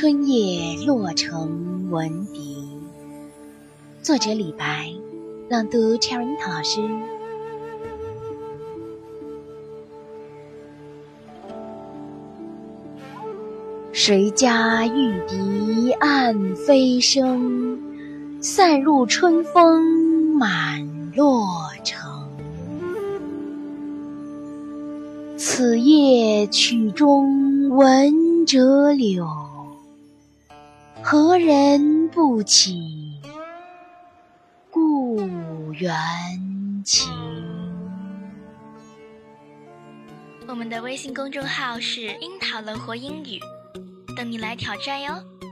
春夜洛城闻笛。作者李白，朗读 Cherry 老师。谁家玉笛暗飞声，散入春风满洛城。此夜曲中闻折柳，何人不起故园情？ 我们的微信公众号是樱桃乐活英语，等你来挑战哟。